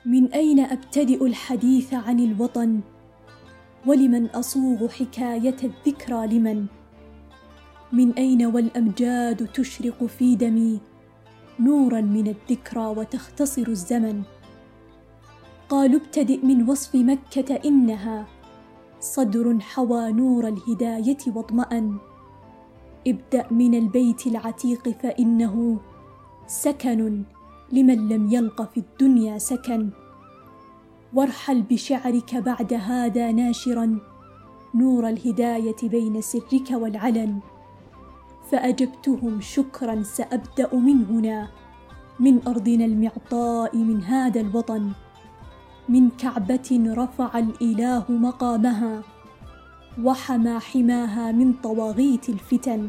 من أين أبتدئ الحديث عن الوطن؟ ولمن أصوغ حكاية الذكرى لمن؟ من أين والأمجاد تشرق في دمي نورا من الذكرى وتختصر الزمن؟ قالوا ابتدئ من وصف مكة إنها صدر حوى نور الهداية واطمأن. ابدأ من البيت العتيق فإنه سكن لمن لم يلق في الدنيا سكن. وارحل بشعرك بعد هذا ناشرا نور الهداية بين سرك والعلن. فأجبتهم شكرا سأبدأ من هنا من أرضنا المعطاء من هذا الوطن، من كعبة رفع الإله مقامها وحمى حماها من طواغيت الفتن.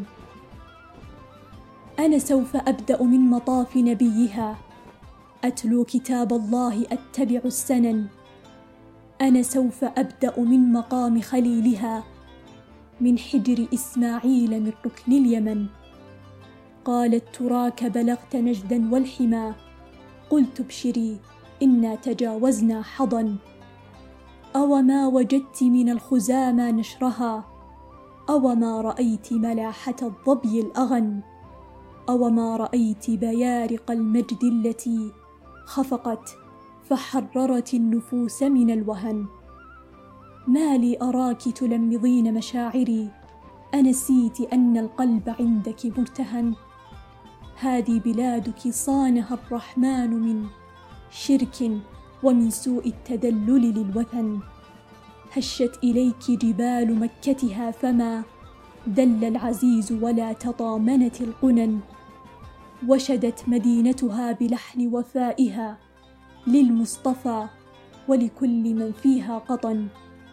أنا سوف أبدأ من مطاف نبيها أتلو كتاب الله أتبع السنن. أنا سوف أبدأ من مقام خليلها من حجر إسماعيل من ركن اليمن. قالت تراك بلغت نجدا والحما قلت ابشري إنا تجاوزنا حضن. أوما وجدت من الخزامى نشرها أوما رأيت ملاحة الظبي الأغن. أوما رأيت بيارق المجد التي خفقت فحررت النفوس من الوهن. ما لي أراك تلمضين مشاعري أنسيت أن القلب عندك مرتهن. هذه بلادك صانها الرحمن من شرك ومن سوء التدلل للوثن. هشت إليك جبال مكتها فما دل العزيز ولا تطامنت القنن. وشدت مدينتها بلحن وفائها للمصطفى ولكل من فيها قطن.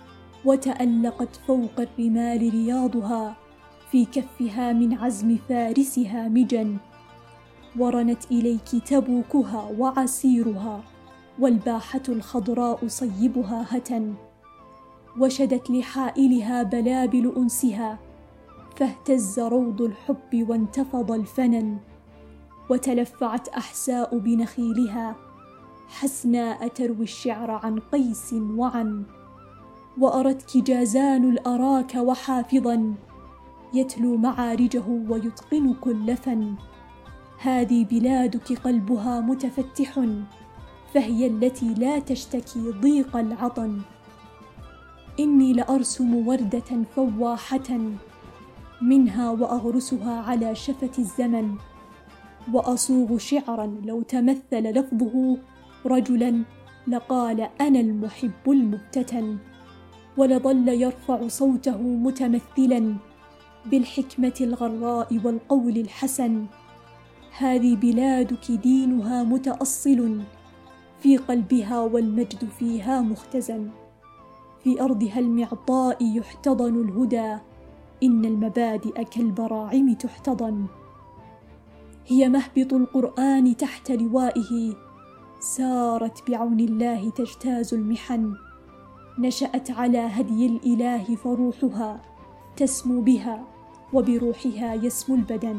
وتألقت فوق الرمال رياضها في كفها من عزم فارسها مجن. ورنت إليك تبوكها وعسيرها والباحة الخضراء صيبها هتن. وشدت لحائلها بلابل أنسها فاهتز روض الحب وانتفض الفنن. وتلفعت أحساء بنخيلها حسناء تروي الشعر عن قيس وعن. وأرتك جازان الأراك وحافظا يتلو معارجه ويتقن كل فن. هذه بلادك قلبها متفتح فهي التي لا تشتكي ضيق العطن. إني لأرسم وردة فواحة منها وأغرسها على شفة الزمن. وأصوغ شعرا لو تمثل لفظه رجلا لقال أنا المحب المفتتن. ولظل يرفع صوته متمثلا بالحكمة الغراء والقول الحسن. هذه بلادك دينها متأصل في قلبها والمجد فيها مختزن. في أرضها المعطاء يحتضن الهدى إن المبادئ كالبراعم تحتضن. هي مهبط القرآن تحت لوائه سارت بعون الله تجتاز المحن. نشأت على هدي الإله فروحها تسمو بها وبروحها يسمو البدن.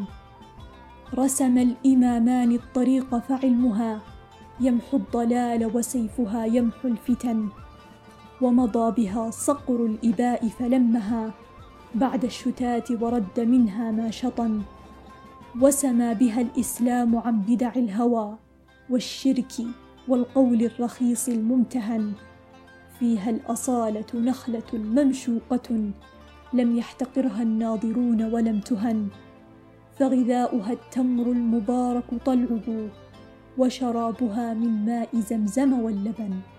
رسم الإمامان الطريق فعلمها يمحو الضلال وسيفها يمحو الفتن. ومضى بها صقر الإباء فلمها بعد الشتات ورد منها ما شطن. وسمى بها الإسلام عن بدع الهوى والشرك والقول الرخيص الممتهن. فيها الأصالة نخلة ممشوقة لم يحتقرها الناظرون ولم تهن. فغذاؤها التمر المبارك طلعه وشرابها من ماء زمزم واللبن.